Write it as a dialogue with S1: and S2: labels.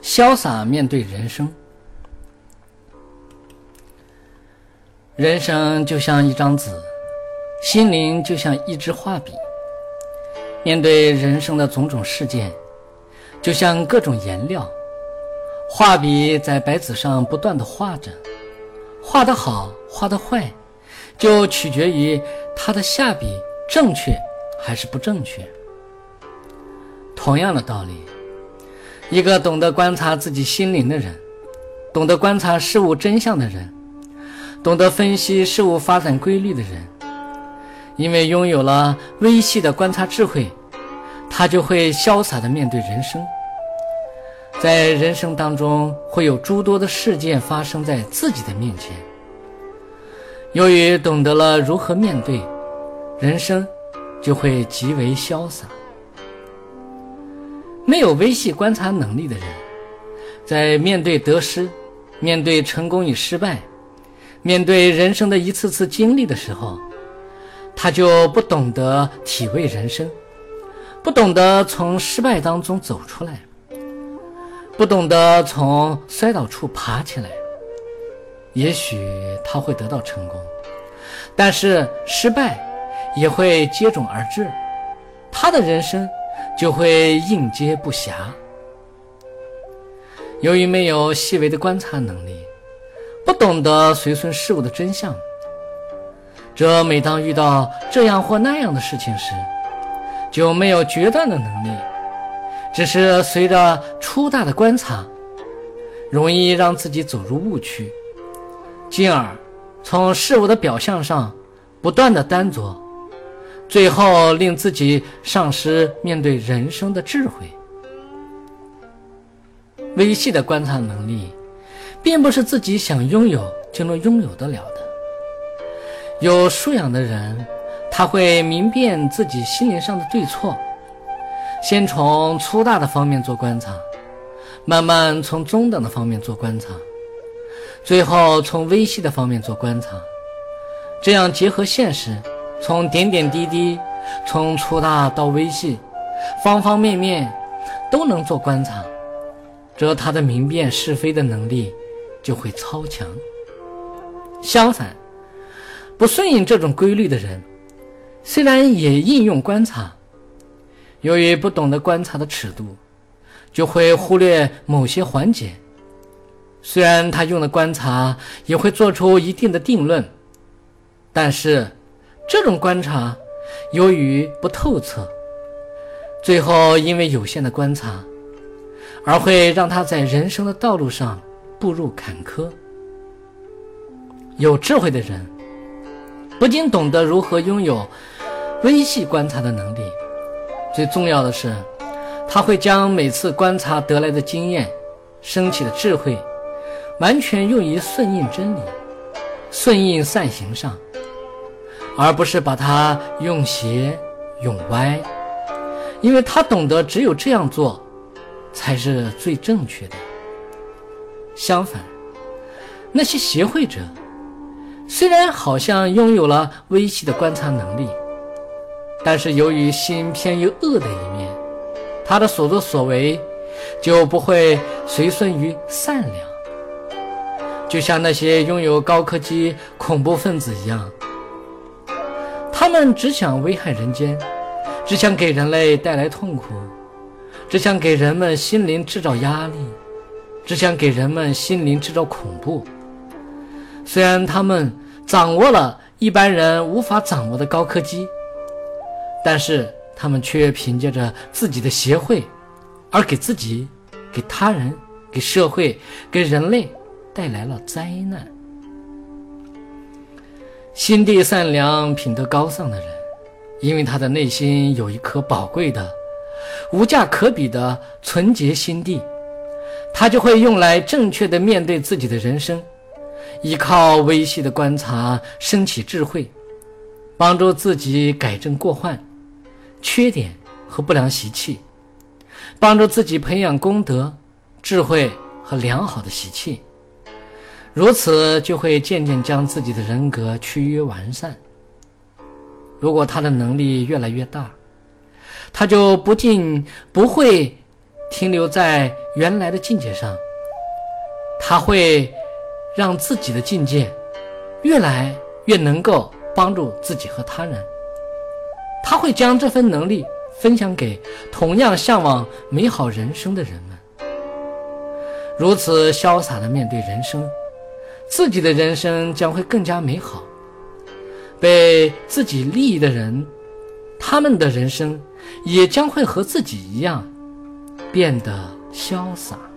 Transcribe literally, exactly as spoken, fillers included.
S1: 潇洒面对人生。人生就像一张纸，心灵就像一支画笔。面对人生的种种事件，就像各种颜料，画笔在白纸上不断地画着，画得好，画得坏，就取决于它的下笔正确还是不正确。同样的道理，一个懂得观察自己心灵的人，懂得观察事物真相的人，懂得分析事物发展规律的人，因为拥有了微细的观察智慧，他就会潇洒地面对人生。在人生当中，会有诸多的事件发生在自己的面前，由于懂得了如何面对，人生就会极为潇洒。没有微细观察能力的人，在面对得失，面对成功与失败，面对人生的一次次经历的时候，他就不懂得体味人生，不懂得从失败当中走出来，不懂得从摔倒处爬起来。也许他会得到成功，但是失败也会接踵而至，他的人生就会应接不暇。由于没有细微的观察能力，不懂得随顺事物的真相，这每当遇到这样或那样的事情时，就没有决断的能力，只是随着粗大的观察，容易让自己走入误区，进而从事物的表象上不断的耽着，最后令自己丧失面对人生的智慧。微细的观察能力并不是自己想拥有就能拥有得了的。有素养的人，他会明辨自己心灵上的对错，先从粗大的方面做观察，慢慢从中等的方面做观察，最后从微细的方面做观察。这样结合现实，从点点滴滴，从粗大到微细，方方面面都能做观察，这他的明辨是非的能力就会超强。相反，不顺应这种规律的人，虽然也应用观察，由于不懂得观察的尺度，就会忽略某些环节。虽然他用的观察也会做出一定的定论，但是这种观察由于不透彻，最后因为有限的观察，而会让他在人生的道路上步入坎坷。有智慧的人不仅懂得如何拥有微细观察的能力，最重要的是，他会将每次观察得来的经验、升起的智慧，完全用于顺应真理、顺应善行上，而不是把它用邪用歪，因为他懂得只有这样做才是最正确的。相反，那些邪会者虽然好像拥有了微细的观察能力，但是由于心偏于恶的一面，他的所作所为就不会随顺于善良，就像那些拥有高科技恐怖分子一样，他们只想危害人间，只想给人类带来痛苦，只想给人们心灵制造压力，只想给人们心灵制造恐怖。虽然他们掌握了一般人无法掌握的高科技，但是他们却凭借着自己的邪慧，而给自己、给他人、给社会、给人类带来了灾难。心地善良、品德高尚的人，因为他的内心有一颗宝贵的、无价可比的纯洁心地，他就会用来正确地面对自己的人生，依靠微细的观察升起智慧，帮助自己改正过患、缺点和不良习气，帮助自己培养功德、智慧和良好的习气，如此就会渐渐将自己的人格趋于完善。如果他的能力越来越大，他就不仅不会停留在原来的境界上，他会让自己的境界越来越能够帮助自己和他人，他会将这份能力分享给同样向往美好人生的人们。如此潇洒地面对人生，自己的人生将会更加美好。被自己利益的人，他们的人生也将会和自己一样变得潇洒。